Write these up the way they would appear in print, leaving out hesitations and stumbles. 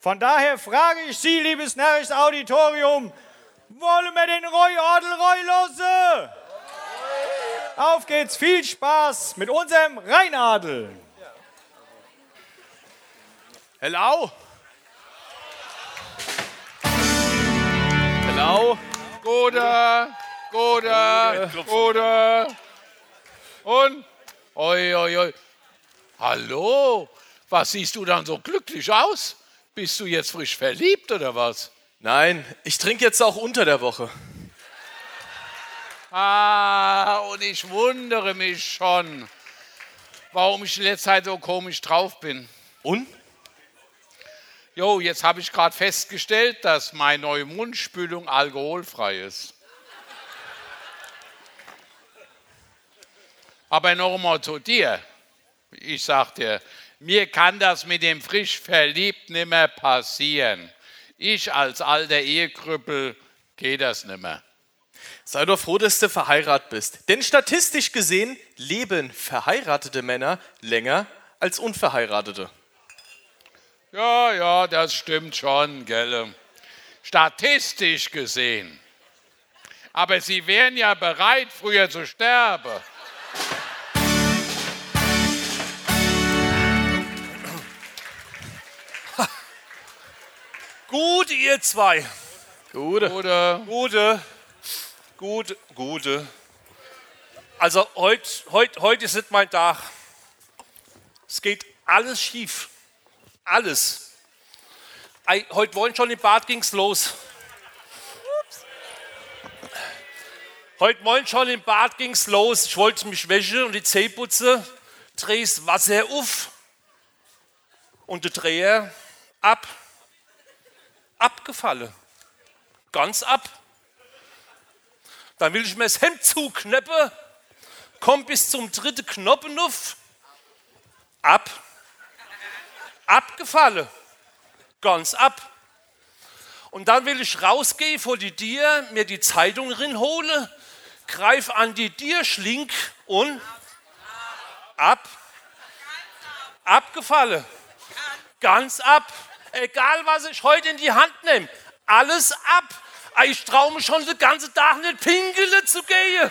Von daher frage ich Sie, liebes närrisches Auditorium, wollen wir den Roy-Adel lassen? Auf geht's, viel Spaß mit unserem Rheinadel. Hello? Hello? Gute. Und? Oi. Hallo? Was siehst du dann so glücklich aus? Bist du jetzt frisch verliebt oder was? Nein, ich trinke jetzt auch unter der Woche. Und ich wundere mich schon, warum ich in letzter Zeit so komisch drauf bin. Und? Jo, jetzt habe ich gerade festgestellt, dass meine neue Mundspülung alkoholfrei ist. Aber noch einmal zu dir. Ich sag dir, mir kann das mit dem frisch verliebt nicht mehr passieren. Ich als alter Ehekrüppel geht das nicht mehr. Sei doch froh, dass du verheiratet bist. Denn statistisch gesehen leben verheiratete Männer länger als unverheiratete. Ja, das stimmt schon, gell. Statistisch gesehen. Aber sie wären ja bereit, früher zu sterben. Gut, ihr zwei. Gute. Gute. Also heute ist nicht mein Tag. Es geht alles schief. Alles. Heute Morgen schon im Bad ging's los. Heute Morgen schon im Bad ging's los. Ich wollte mich waschen und die Zähne putzen. Drehe das Wasser auf. Und der Dreher abgefallen. Ganz ab. Dann will ich mir das Hemd zuknöpfen. Komm bis zum dritten Knoppen auf. Abgefallen. Ganz ab. Und dann will ich rausgehen vor die Tür, mir die Zeitung rinhole, greif an die Tierschlink und abgefallen. Ganz ab. Egal, was ich heute in die Hand nehme. Alles ab. Ich traue mich schon den ganzen Tag nicht pinkeln zu gehen.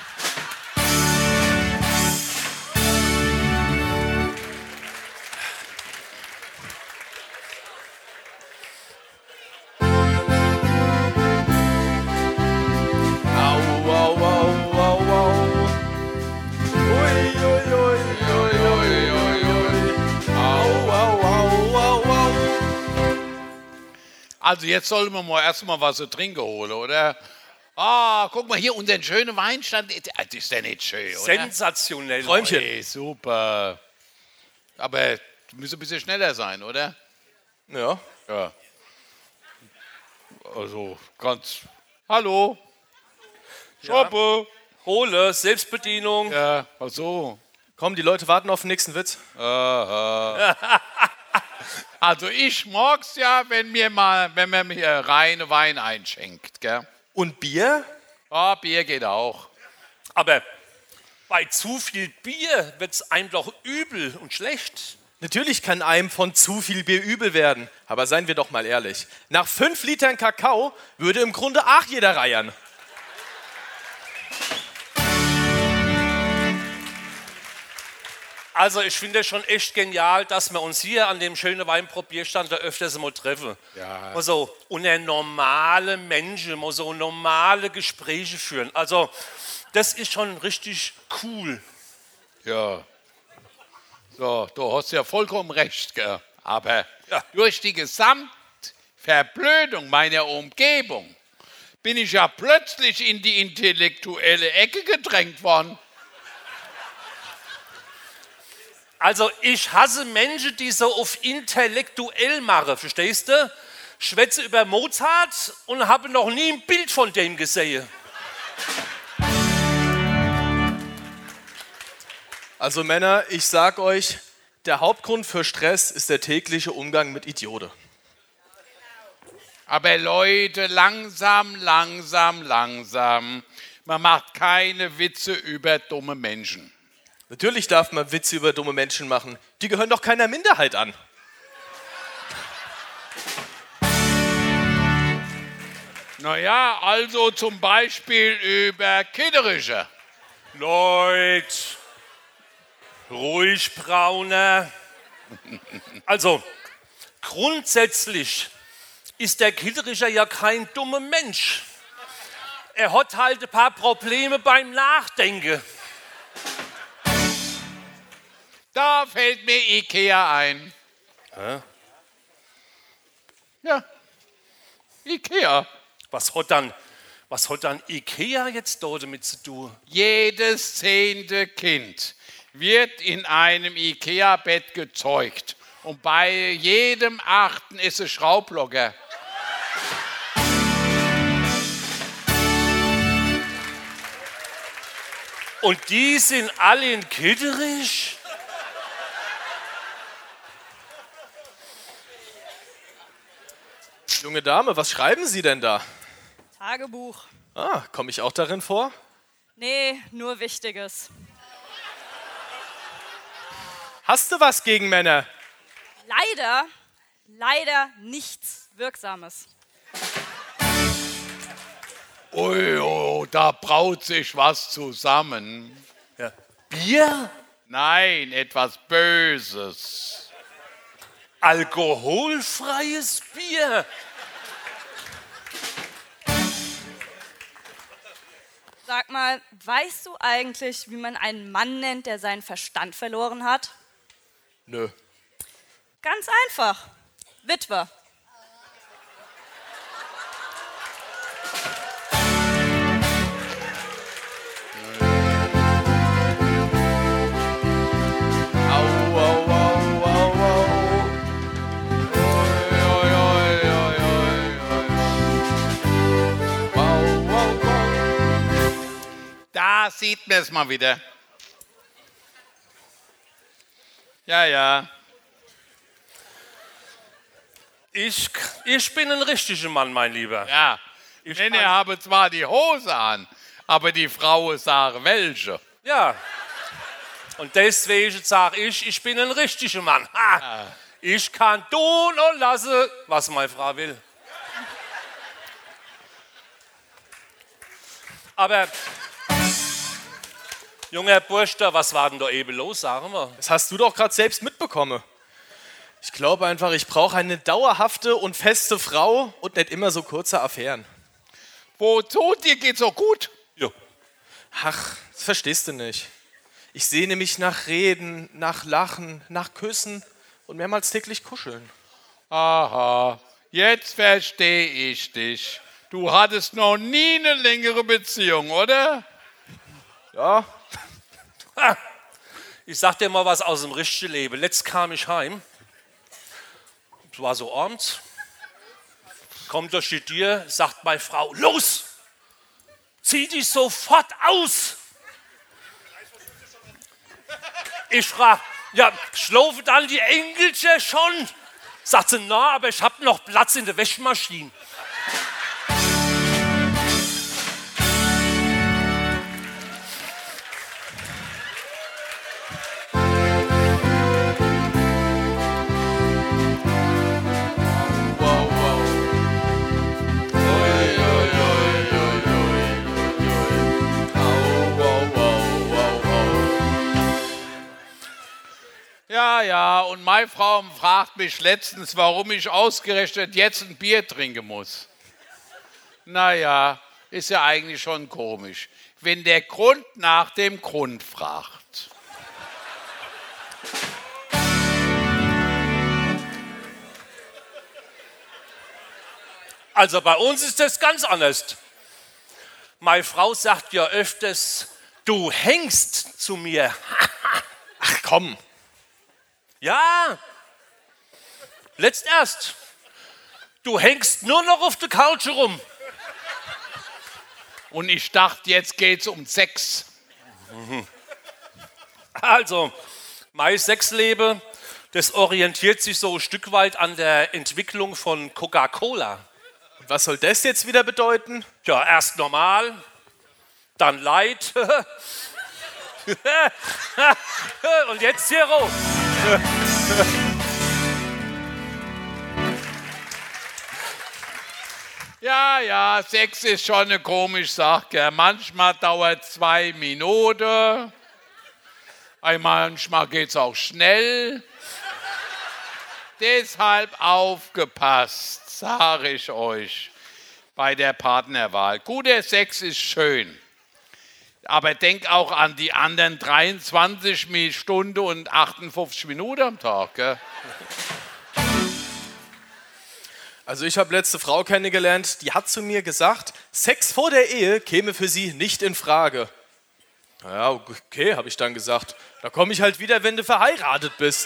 Also jetzt sollten wir mal erstmal was zu trinken holen, oder? Guck mal hier, unseren schönen Weinstand. Das ist ja nicht schön, oder? Sensationell. Träumchen. Hey, super. Aber du musst ein bisschen schneller sein, oder? Ja. Ja. Also ganz... Hallo? Schoppe? Hole, Selbstbedienung. Ja, ach so. Komm, die Leute warten auf den nächsten Witz. Also ich mag's ja, wenn man mir reine Wein einschenkt, gell? Und Bier? Bier geht auch. Aber bei zu viel Bier wird es einem doch übel und schlecht. Natürlich kann einem von zu viel Bier übel werden. Aber seien wir doch mal ehrlich. Nach 5 Litern Kakao würde im Grunde auch jeder reiern. Also ich finde es schon echt genial, dass wir uns hier an dem schönen Weinprobierstand da öfters mal treffen. Ja. Also unter normale Menschen, mal so normale Gespräche führen. Also das ist schon richtig cool. Ja. So, du hast ja vollkommen recht, gell? Aber durch die Gesamtverblödung meiner Umgebung bin ich ja plötzlich in die intellektuelle Ecke gedrängt worden. Also ich hasse Menschen, die so auf intellektuell machen, verstehst du? Schwätze über Mozart und habe noch nie ein Bild von dem gesehen. Also Männer, ich sag euch, der Hauptgrund für Stress ist der tägliche Umgang mit Idioten. Aber Leute, langsam. Man macht keine Witze über dumme Menschen. Natürlich darf man Witze über dumme Menschen machen. Die gehören doch keiner Minderheit an. Naja, also zum Beispiel über Kitterische. Leute, ruhig, Brauner. Also, grundsätzlich ist der Kitterischer ja kein dummer Mensch. Er hat halt ein paar Probleme beim Nachdenken. Da fällt mir Ikea ein. Hä? Ja, Ikea. Was hat dann Ikea jetzt dort damit zu tun? Jedes 10. Kind wird in einem Ikea-Bett gezeugt. Und bei jedem 8. ist es Schraublocker. Und die sind alle in Kitterich? Junge Dame, was schreiben Sie denn da? Tagebuch. Ah, komme ich auch darin vor? Nee, nur Wichtiges. Hast du was gegen Männer? Leider nichts Wirksames. Ui, oh, da braut sich was zusammen. Ja. Bier? Nein, etwas Böses. Alkoholfreies Bier? Sag mal, weißt du eigentlich, wie man einen Mann nennt, der seinen Verstand verloren hat? Nö. Ganz einfach. Witwer. Au, au, au, au, au. Oi, oi, oi, oi, oi. Wow, wow, wow. Da sieht man es mal wieder. Ja, ja. Ich bin ein richtiger Mann, mein Lieber. Ja. Ich habe zwar die Hose an, aber die Frau sagt welche. Ja. Und deswegen sage ich bin ein richtiger Mann. Ha. Ich kann tun und lassen, was meine Frau will. Aber, junger Bursch, was war denn da eben los, sagen wir? Das hast du doch gerade selbst mitbekommen. Ich glaube einfach, ich brauche eine dauerhafte und feste Frau und nicht immer so kurze Affären. Wozu? Dir geht's so gut? Ja. Ach, das verstehst du nicht. Ich sehne mich nach Reden, nach Lachen, nach Küssen und mehrmals täglich kuscheln. Aha, jetzt verstehe ich dich. Du hattest noch nie eine längere Beziehung, oder? Ja, Ha. Ich sag dir mal was aus dem richtigen Leben. Letzt kam ich heim. Es war so abends. Kommt durch die Tür, sagt meine Frau, los, zieh dich sofort aus. Ich frage, ja, schlafen dann die Engelchen schon? Sagt sie, na, aber ich habe noch Platz in der Wäschmaschine. Wow, wow. Oi, oi, oi, oi, oi, oi. Au, wow, wow, wow, wow. Ja, und meine Frau fragt mich letztens, warum ich ausgerechnet jetzt ein Bier trinken muss. Naja, ist ja eigentlich schon komisch, wenn der Grund nach dem Grund fragt. Also bei uns ist das ganz anders. Meine Frau sagt ja öfters, du hängst zu mir. ach komm. Ja, letzt erst. Du hängst nur noch auf der Couch rum. Und ich dachte, jetzt geht's um Sex. Also, mein Sexleben, das orientiert sich so ein Stück weit an der Entwicklung von Coca-Cola. Und was soll das jetzt wieder bedeuten? Ja, erst normal, dann light und jetzt Zero. Ja, Sex ist schon eine komische Sache. Manchmal dauert 2 Minuten. Manchmal geht es auch schnell. Deshalb aufgepasst, sage ich euch, bei der Partnerwahl. Guter Sex ist schön. Aber denk auch an die anderen 23 Stunden und 58 Minuten am Tag. Gell? Also ich habe letzte Frau kennengelernt, die hat zu mir gesagt, Sex vor der Ehe käme für sie nicht in Frage. Ja, okay, habe ich dann gesagt. Da komme ich halt wieder, wenn du verheiratet bist.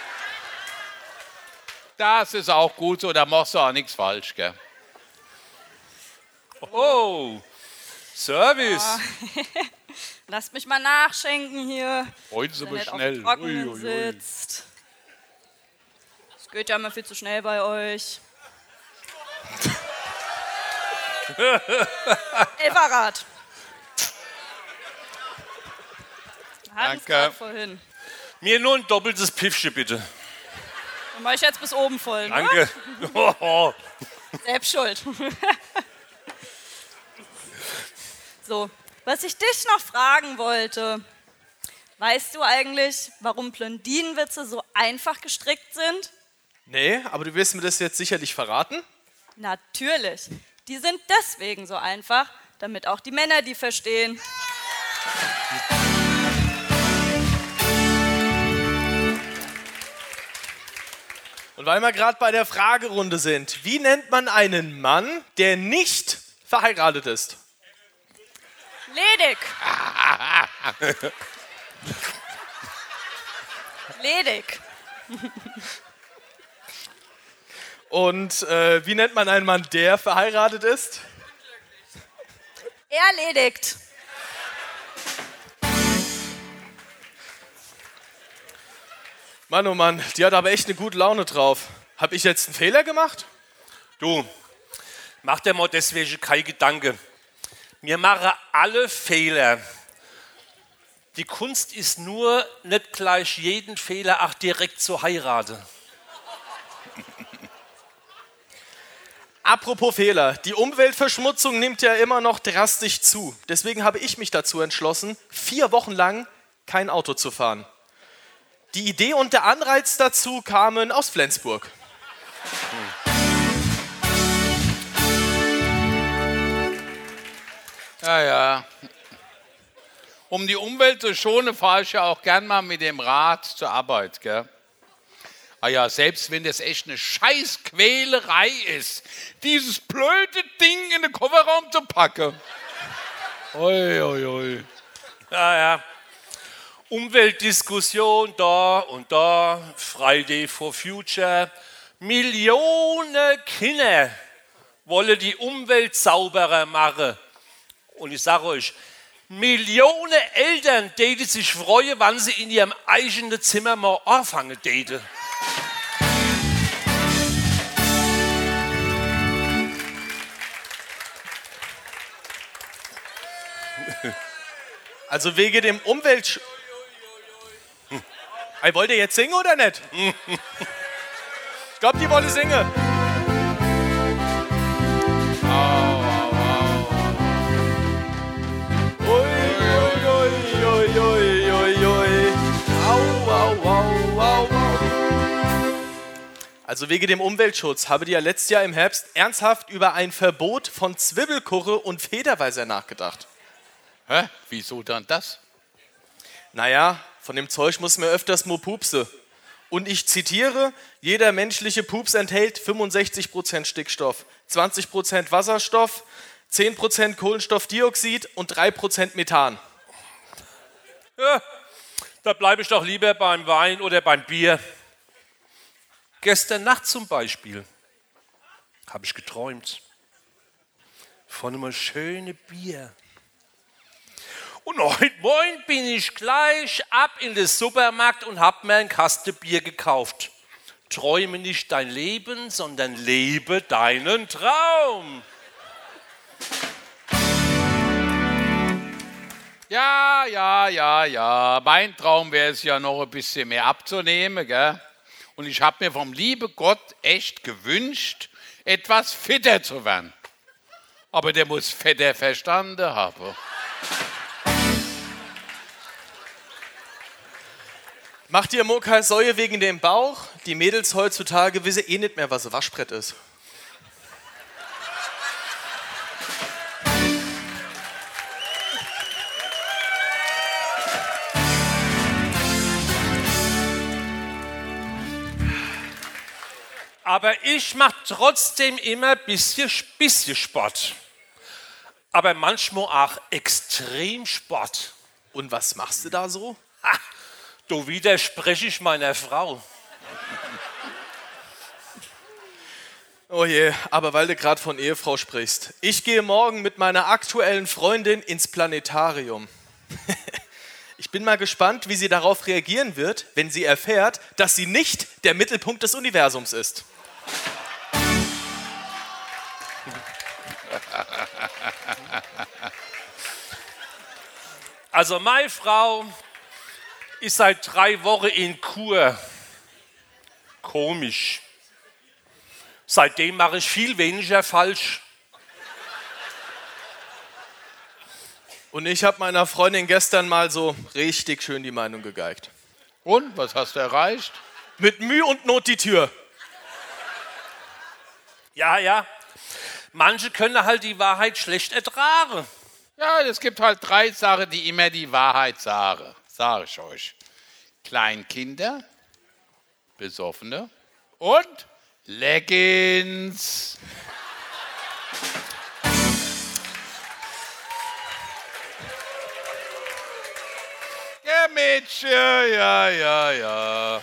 Das ist auch gut so, da machst du auch nichts falsch. Gell? Oh, Service. Lasst mich mal nachschenken hier. Heute sind wir Nicht auf schnell. dem Trockenen sitzt. Das geht ja immer viel zu schnell bei euch. Elferrad. Danke. Vorhin. Mir nur ein doppeltes Piffchen, bitte. Dann mach ich jetzt bis oben voll. Ne? Danke. Oh. Selbst schuld. So, was ich dich noch fragen wollte. Weißt du eigentlich, warum Blondinenwitze so einfach gestrickt sind? Nee, aber du wirst mir das jetzt sicherlich verraten. Natürlich. Die sind deswegen so einfach, damit auch die Männer die verstehen. Und weil wir gerade bei der Fragerunde sind, wie nennt man einen Mann, der nicht verheiratet ist? Ledig. Ledig. Und wie nennt man einen Mann, der verheiratet ist? Erledigt. Mann, oh Mann, die hat aber echt eine gute Laune drauf. Hab ich jetzt einen Fehler gemacht? Du, mach dir mal deswegen keine Gedanken. Wir machen alle Fehler. Die Kunst ist nur, nicht gleich jeden Fehler auch direkt zu heiraten. Apropos Fehler, die Umweltverschmutzung nimmt ja immer noch drastisch zu. Deswegen habe ich mich dazu entschlossen, 4 Wochen lang kein Auto zu fahren. Die Idee und der Anreiz dazu kamen aus Flensburg. Ja. Um die Umwelt zu schonen, fahre ich ja auch gern mal mit dem Rad zur Arbeit. Gell? Ja, selbst wenn das echt eine Scheißquälerei ist, dieses blöde Ding in den Kofferraum zu packen. Oi. Ja. Umweltdiskussion da und da, Friday for Future. Millionen Kinder wollen die Umwelt sauberer machen. Und ich sage euch, Millionen Eltern, die sich freuen, wann sie in ihrem eigenen Zimmer mal anfangen daten. Also wegen dem Umweltschutz. Wollt ihr jetzt singen oder nicht? Ich glaube, die wollen singen. Also wegen dem Umweltschutz habe die ja letztes Jahr im Herbst ernsthaft über ein Verbot von Zwiebelkurre und Federweißer nachgedacht. Hä? Wieso dann das? Naja, von dem Zeug muss man öfters mal pupsen. Und ich zitiere, jeder menschliche Pups enthält 65% Stickstoff, 20% Wasserstoff, 10% Kohlenstoffdioxid und 3% Methan. Ja, da bleibe ich doch lieber beim Wein oder beim Bier. Gestern Nacht zum Beispiel habe ich geträumt von einem schönen Bier. Und heute Morgen bin ich gleich ab in den Supermarkt und habe mir ein Kasten Bier gekauft. Träume nicht dein Leben, sondern lebe deinen Traum. Ja. Mein Traum wäre es ja noch ein bisschen mehr abzunehmen, gell? Und ich habe mir vom lieben Gott echt gewünscht, etwas fitter zu werden. Aber der muss fetter verstanden haben. Macht ihr Mokai Säue wegen dem Bauch? Die Mädels heutzutage wissen eh nicht mehr, was ein Waschbrett ist. Aber ich mache trotzdem immer ein bisschen Sport. Aber manchmal auch Extremsport. Und was machst du da so? Ha, da widerspreche ich meiner Frau. Oh je, aber weil du gerade von Ehefrau sprichst. Ich gehe morgen mit meiner aktuellen Freundin ins Planetarium. Ich bin mal gespannt, wie sie darauf reagieren wird, wenn sie erfährt, dass sie nicht der Mittelpunkt des Universums ist. Also meine Frau ist seit 3 Wochen in Kur. Komisch. Seitdem mache ich viel weniger falsch. Und ich habe meiner Freundin gestern mal so richtig schön die Meinung gegeigt. Und, was hast du erreicht? Mit Mühe und Not die Tür. Ja. Manche können halt die Wahrheit schlecht ertragen. Ja, es gibt halt 3 Sachen, die immer die Wahrheit sagen. Sage ich euch. Kleinkinder, Besoffene und Leggings. Ja, Mädchen, ja.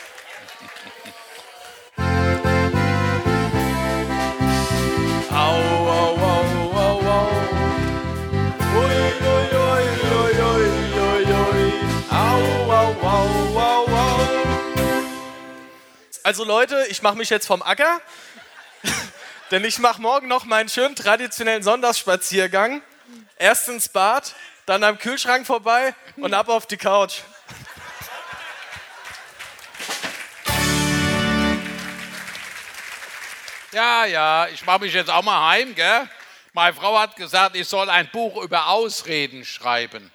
Also Leute, ich mache mich jetzt vom Acker, denn ich mache morgen noch meinen schönen traditionellen Sonntagsspaziergang. Erst ins Bad, dann am Kühlschrank vorbei und ab auf die Couch. Ja, ich mache mich jetzt auch mal heim, gell? Meine Frau hat gesagt, ich soll ein Buch über Ausreden schreiben.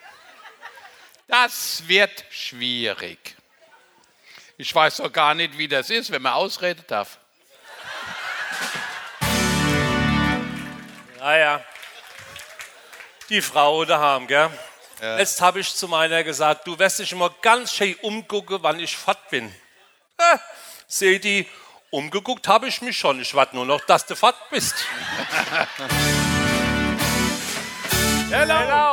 Das wird schwierig. Ich weiß doch gar nicht, wie das ist, wenn man ausreden darf. Ja. Die Frau daheim, gell? Ja. Jetzt habe ich zu meiner gesagt, du wirst dich immer ganz schön umgucken, wann ich fort bin. Seh die, umgeguckt habe ich mich schon. Ich warte nur noch, dass du fort bist. Hello.